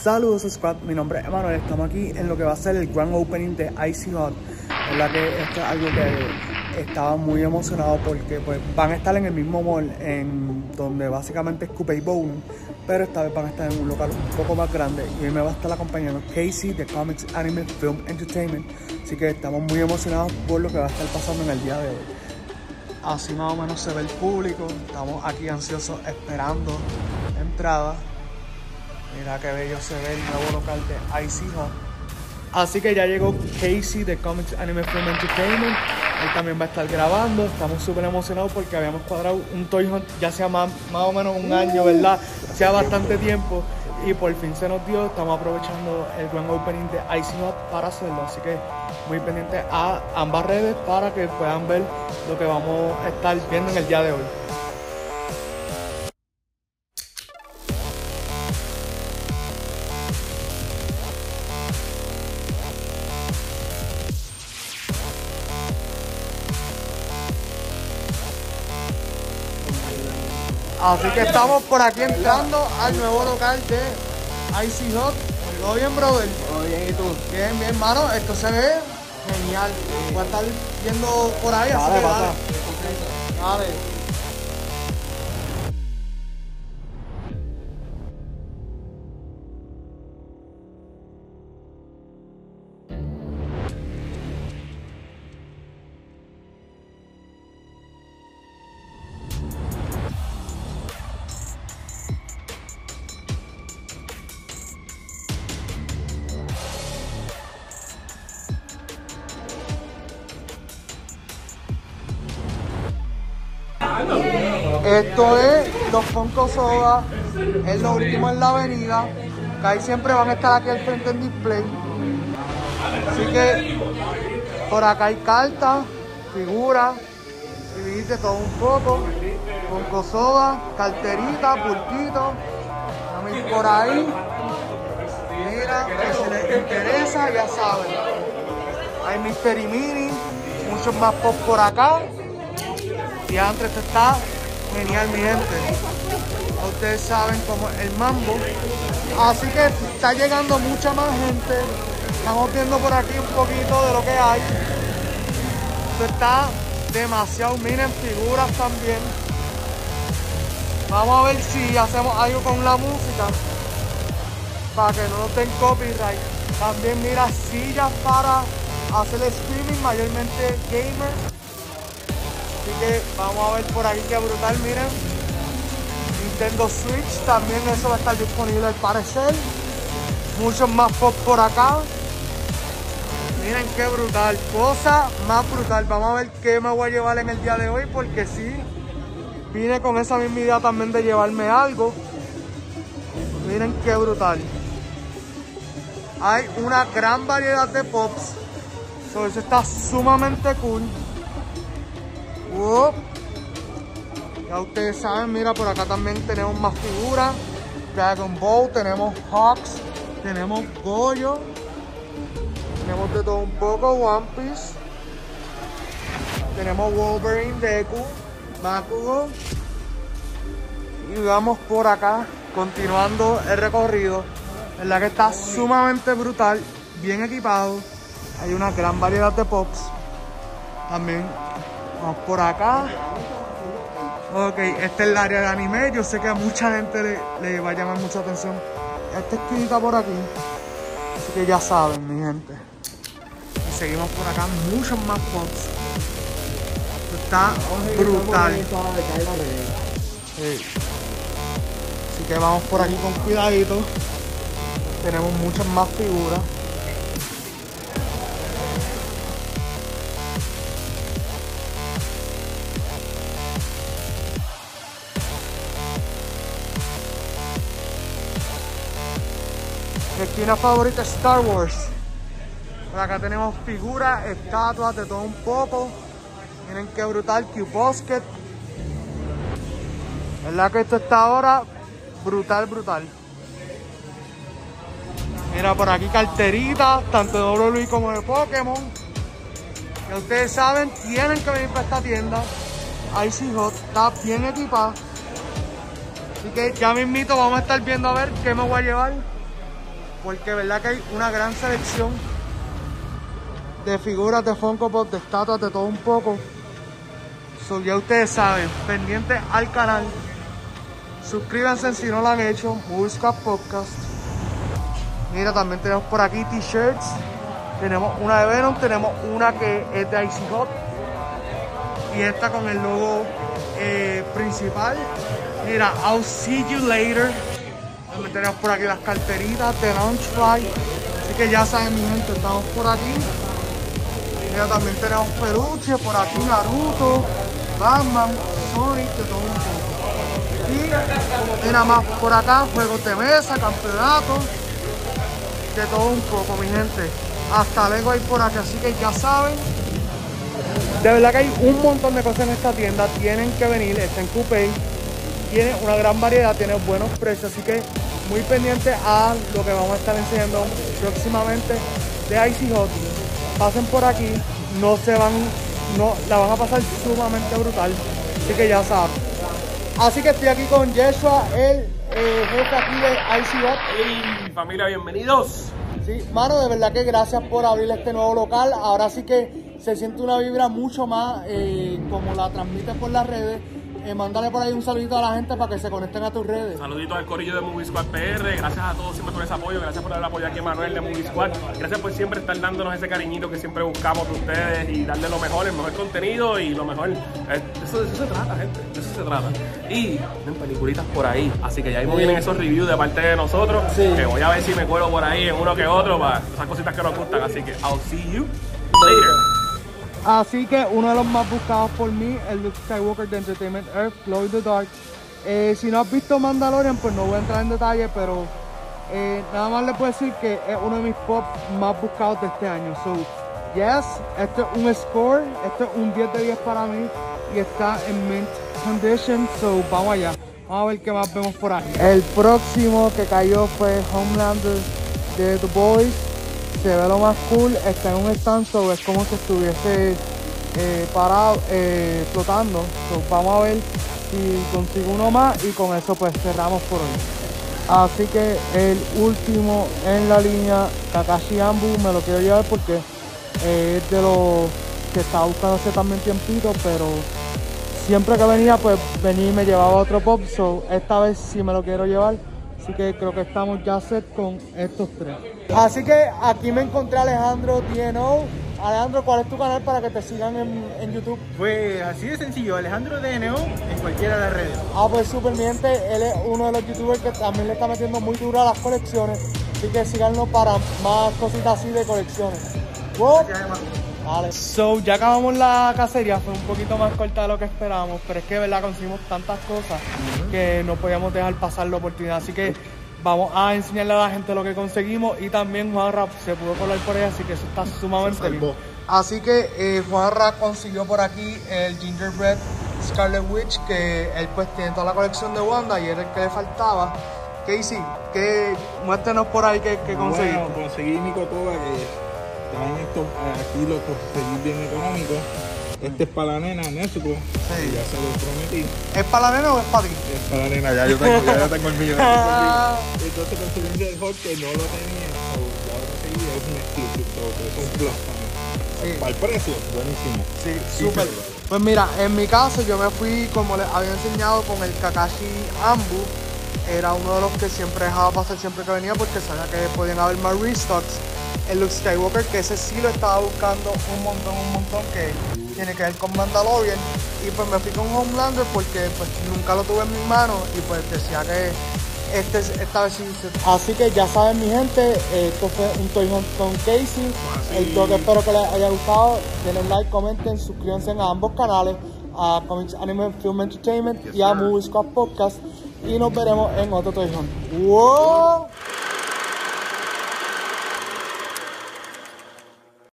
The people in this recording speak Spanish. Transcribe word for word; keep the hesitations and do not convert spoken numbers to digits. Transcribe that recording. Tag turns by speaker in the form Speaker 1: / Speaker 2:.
Speaker 1: Saludos Squad, mi nombre es Emanuel, estamos aquí en lo que va a ser el Grand Opening de Icy Hot. verdad que esto es algo que estaba muy emocionado porque pues van a estar en el mismo mall en donde básicamente es Coupé Bowling, pero esta vez van a estar en un local un poco más grande y hoy me va a estar acompañando Casey de Comics Anime Film Entertainment, así que estamos muy emocionados por lo que va a estar pasando en el día de hoy. Así más o menos se ve el público, estamos aquí ansiosos esperando la entrada. Mira qué bello se ve el nuevo local de Icy Hot. Así que ya llegó Casey de Comics Anime Film Entertainment. Él también va a estar grabando. Estamos súper emocionados porque habíamos cuadrado un Toy Hunt ya sea más, más o menos un año, ¿verdad? Ya bastante tiempo. Y por fin se nos dio. Estamos aprovechando el Grand Opening de Icy Hot para hacerlo. Así que muy pendientes a ambas redes para que puedan ver lo que vamos a estar viendo en el día de hoy. Así que estamos por aquí entrando al nuevo local de Icy Hot. ¿Todo bien, brother?
Speaker 2: Todo bien, ¿y tú?
Speaker 1: Bien, bien, hermano. Esto se ve genial. Voy a estar viendo por ahí, así que dale. Dale. Esto es los Funko Soda, es lo último en la avenida, que ahí siempre van a estar aquí al frente en display. Así que por acá hay cartas, figuras, dividiste todo un poco, Funko Soda, carterita, pulquito, vamos a ir por ahí. Mira, que si les interesa ya saben, hay Mystery Mini, muchos más pop por acá. Y antes está genial, mi gente. Ustedes saben cómo es el mambo. Así que está llegando mucha más gente. Estamos viendo por aquí un poquito de lo que hay. Esto está demasiado. Miren, figuras también. Vamos a ver si hacemos algo con la música para que no nos den copyright. También mira, sillas para hacer streaming, mayormente gamer. Así que vamos a ver por ahí qué brutal, miren. Nintendo Switch, también eso va a estar disponible al parecer. Muchos más pop por acá. Miren qué brutal, cosa más brutal. Vamos a ver qué me voy a llevar en el día de hoy, porque sí, vine con esa misma idea también de llevarme algo. Miren qué brutal. Hay una gran variedad de pops. So, eso está sumamente cool. Wow. Ya ustedes saben, mira, por acá también tenemos más figuras. Dragon Ball, tenemos Hawks, tenemos Goyo, tenemos de todo un poco, One Piece, tenemos Wolverine, Deku, Bakugo. Y vamos por acá, continuando el recorrido. verdad que está sumamente brutal, bien equipado. Hay una gran variedad de pops. También vamos por acá. Ok, esta es el área de anime. Yo sé que a mucha gente le, le va a llamar mucha atención esta esquinita por aquí. Así que ya saben, mi gente. Y seguimos por acá, muchos más pops. Esto está brutal. Sí. Así que vamos por aquí con cuidadito. Tenemos muchas más figuras. Mi esquina favorita es Star Wars. Por acá tenemos figuras, estatuas, de todo un poco. Miren qué brutal, Q-Basket. ¿Verdad que esto está ahora brutal, brutal? Mira, por aquí carteritas, tanto de W W E como de Pokémon. Ya ustedes saben, tienen que venir para esta tienda. Icy Hot está bien equipada. Así que ya mismito vamos a estar viendo a ver qué me voy a llevar. porque verdad que hay una gran selección de figuras de Funko Pop, de estatuas, de todo un poco. So, ya ustedes saben, pendientes al canal, suscríbanse si no lo han hecho, Movie Squad Podcast. Mira, también tenemos por aquí t-shirts, tenemos una de Venom, tenemos una que es de Icy Hot y esta con el logo eh, principal. Mira, I'll see you later. También tenemos por aquí las carteritas de Launchfly, así que ya saben mi gente, estamos por aquí. Mira, también tenemos peluche, por aquí Naruto, Batman, Sonic, de todo un poco. Y mira más por acá, juegos de mesa, campeonatos, de todo un poco, mi gente. Hasta Lego hay por aquí, así que ya saben. De verdad que hay un montón de cosas en esta tienda, tienen que venir, está en Coupé. Tiene una gran variedad, tiene buenos precios, así que muy pendiente a lo que vamos a estar enseñando próximamente de Icy Hot. Pasen por aquí, no se van, no, la van a pasar sumamente brutal, así que ya saben. Así que estoy aquí con Yeshua, el eh, jefe aquí de Icy Hot.
Speaker 2: Hey familia, bienvenidos.
Speaker 1: Sí, mano, de verdad que gracias por abrir este nuevo local. Ahora sí que se siente una vibra mucho más eh, como la transmites por las redes. Eh, mándale por ahí un saludito a la gente para que se conecten a tus redes.
Speaker 2: Saluditos al corillo de Movie Squad P R. Gracias a todos siempre por ese apoyo. Gracias por el apoyo aquí a Manuel de Movie Squad. Gracias por siempre estar dándonos ese cariñito que siempre buscamos de ustedes y darle lo mejor, el mejor contenido y lo mejor. Eh, eso, de eso se trata, gente. De eso se trata. Y tienen peliculitas por ahí. Así que ya mismo vienen esos reviews de parte de nosotros. Sí. Que voy a ver si me cuelo por ahí en uno que otro para esas cositas que nos gustan. Así que I'll see you later.
Speaker 1: Así que uno de los más buscados por mí, el Luke Skywalker de Entertainment Earth, Glow in the Dark. Eh, si no has visto Mandalorian, pues no voy a entrar en detalle, pero eh, nada más les puedo decir que es uno de mis pop más buscados de este año. So, yes, esto es un score, esto es un diez de diez para mí y está en mint condition, so vamos allá. Vamos a ver qué más vemos por ahí. El próximo que cayó fue Homelander de The Boys. Se ve lo más cool, está en un stand, so es como si estuviese eh, parado, eh, flotando. So, vamos a ver si consigo uno más y con eso pues cerramos por hoy. Así que el último en la línea, Kakashi Ambu, me lo quiero llevar porque eh, es de los que estaba buscando hace también tiempito, pero siempre que venía pues venía y me llevaba otro pop, so esta vez sí me lo quiero llevar. Así que creo que estamos ya set con estos tres. Así que aquí me encontré a Alejandro D N O. Alejandro, ¿cuál es tu canal para que te sigan en, en YouTube?
Speaker 3: Pues así de sencillo, Alejandro D N O en cualquiera de las redes.
Speaker 1: Ah, pues súper bien, él es uno de los youtubers que también le está metiendo muy duro a las colecciones. Así que síganlo para más cositas así de colecciones. Wow. Vale. So, ya acabamos la cacería, fue un poquito más corta de lo que esperábamos, pero es que, verdad, conseguimos tantas cosas uh-huh. que no podíamos dejar pasar la oportunidad. Así que vamos a enseñarle a la gente lo que conseguimos y también Juanra se pudo colar por ahí, así que eso está sumamente bien. Así que eh, Juanra consiguió por aquí el Gingerbread Scarlet Witch, que él pues tiene toda la colección de Wanda y era el que le faltaba. Casey, que muéstrenos por ahí que, que conseguí.
Speaker 4: Bueno, conseguí mi cotoba que traen esto, aquí lo conseguí bien económico. Este es para la nena, Nezuko. Sí. Ya se lo prometí.
Speaker 1: ¿Es para la nena o es para ti?
Speaker 4: Es para la nena, ya yo tengo, ya yo tengo el mío. Entonces conseguí un Red Hot que no lo tenía, o ya lo conseguí, es un exclusive, es un plus también. Sí. Para el precio, buenísimo.
Speaker 1: Sí, súper. Pues mira, en mi caso yo me fui, como les había enseñado, con el Kakashi Ambu. Era uno de los que siempre dejaba pasar siempre que venía porque sabía que podían haber más restocks. El Luke Skywalker, que ese sí lo estaba buscando un montón, un montón, que tiene que ver con Mandalorian. Y pues me fui con Homelander porque pues nunca lo tuve en mis manos y pues decía que este, esta vez sí. Así que ya saben mi gente, esto fue un Toy Hunt con Casey. El toque espero que les haya gustado. Denle like, comenten, suscríbanse a ambos canales, a Comics Anime Film Entertainment yes, y a Movie Squad Podcast. Y nos veremos en otro Toy Hunt. ¡Wow!